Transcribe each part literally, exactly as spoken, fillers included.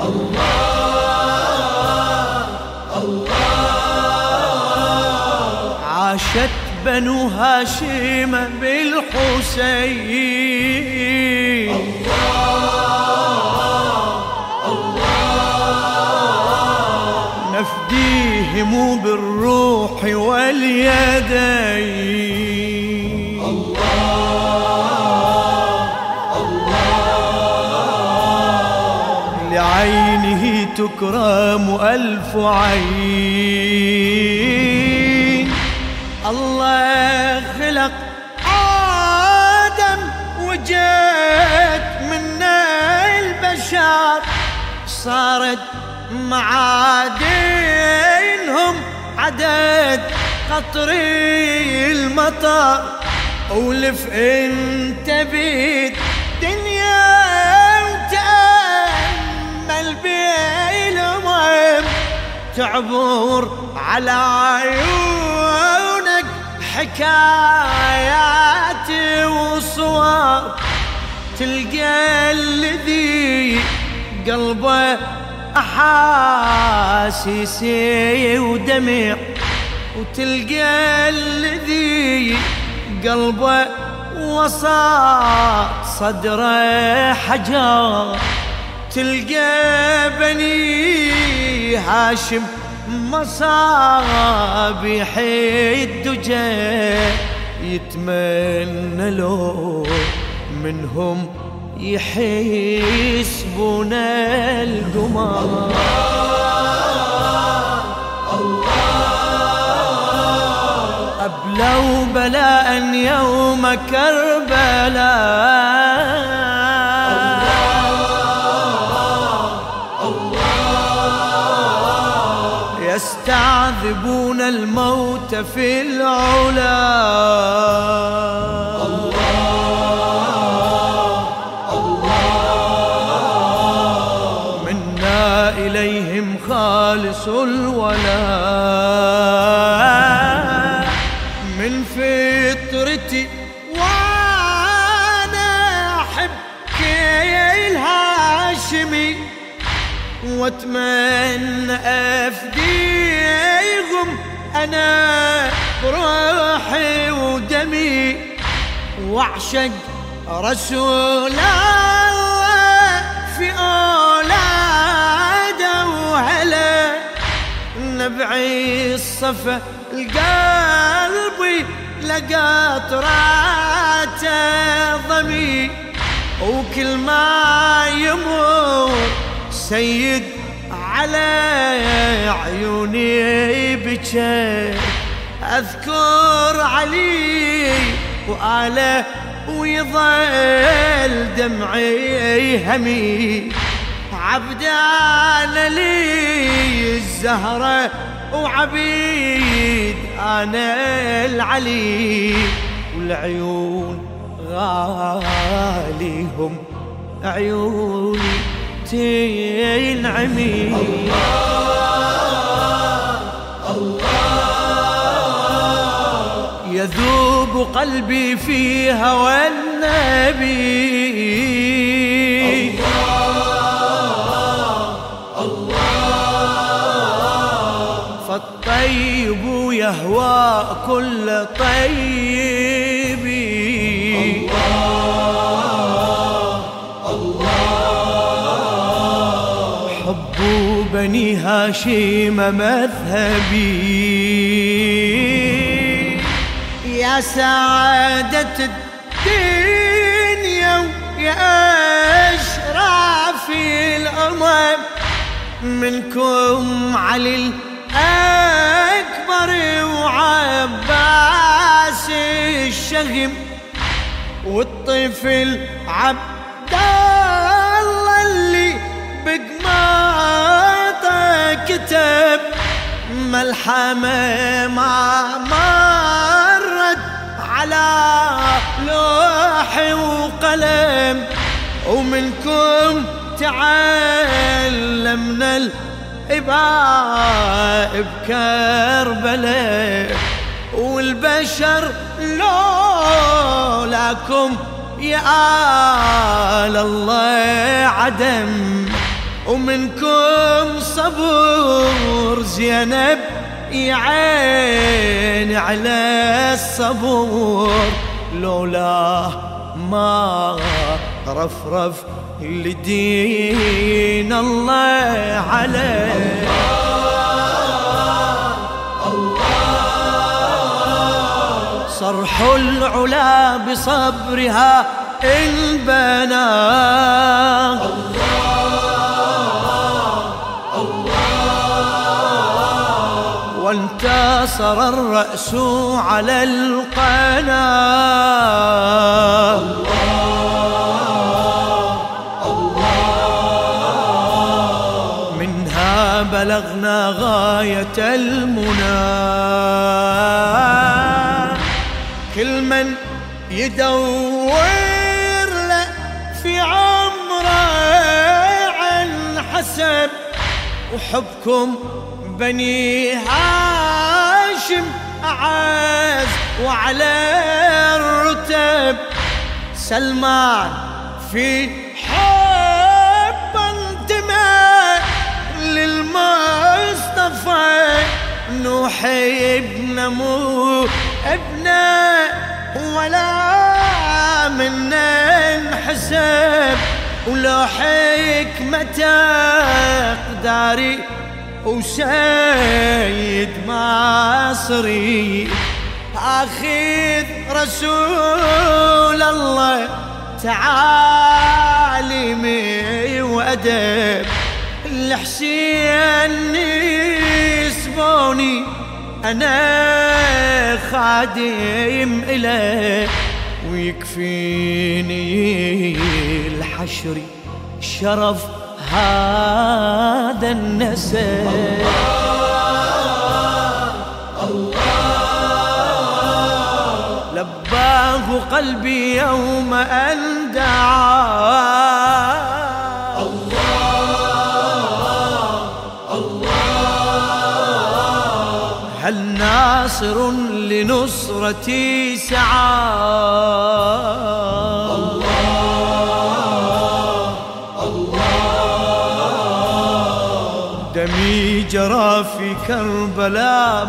الله الله. عاشت بنو هاشم بالحسين الله الله. نفديهم بالروح واليدين الله الله. لعينه تكرم ألف عين. الله خلق آدم وجت منا البشر، صارت معادنهم عدد قطري المطر. أولف انت بيد دنيا وتأمل بالأمم، تعبر على عيونك حكايات وصور. تلقى الذي قلبه أحاسيسي ودمع، وتلقى الذي قلبه وسط صدره حجر. تلقى بني هاشم مصابيح الدجى، يتمنى لو منهم يحسبون القمر. الله الله. أبلوا بلاء يوم كربلاء. يستعذبون الموت في العلا. الله الله. منا إليهم خالص الولاء، من فطرتي وانا احب كيل هاشمي، واتمنى افديهم انا بروحي ودمي، واعشق رسول الله في اولاده وهلا. نبعي الصفا القلبي لقطراته ضمي، وكل ما يمر سيد على عيوني بكى. أذكر علي وآله ويظل دمعي همي. عبدان لي الزهرة وعبيد أنا العلي، والعيون غاليهم عيوني تنعمي. الله الله. يذوب قلبي في هوى النبي. الله الله. فالطيب يهوى كل طيب. بني هاشم مذهبي، يا سعادة الدنيا ويا أشراف الأمم. منكم علي الأكبر وعباس الشهم، والطفل عبد الله اللي بقماطه كتب. ملحمة ما مرت على لوح وقلم، ومنكم تعلمنا الإباء بكربلاء. والبشر لولاكم يا آل الله عدم، ومنكم صبور زينب يا عين على الصبور، لولاه ما رفرف لدين الله عليه. صرح العلا بصبرها انبنى، وانتصر الرأس على القنا. منها بلغنا غاية المنى، كل من يدور له في عمره عن حسب، وحبكم بني هاشم أعز وعلى الرتب. سلمان في حب انتمى للمصطفى، نوح ابن مو ابنه ولا من انحسب، ولو حكمته قداري وسيد مصري. أخذ رسول الله تعاليمي وأدب، الحسين يسبوني أنا خادم إله، ويكفيني الحشر شرف هذا النسب. الله الله لباه قلبي يوم أن دعا. الله الله هل ناصر لنصرتي سعى. دمي جرى في كربلاء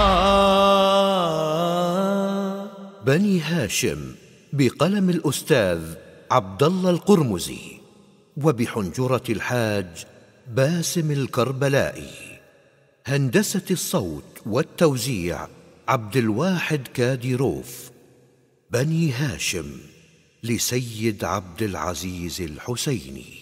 معا. بني هاشم بقلم الأستاذ عبد الله القرمزي، وبحنجرة الحاج باسم الكربلائي. هندسة الصوت والتوزيع عبد الواحد كاديروف. بني هاشم لسيد عبد العزيز الحسيني.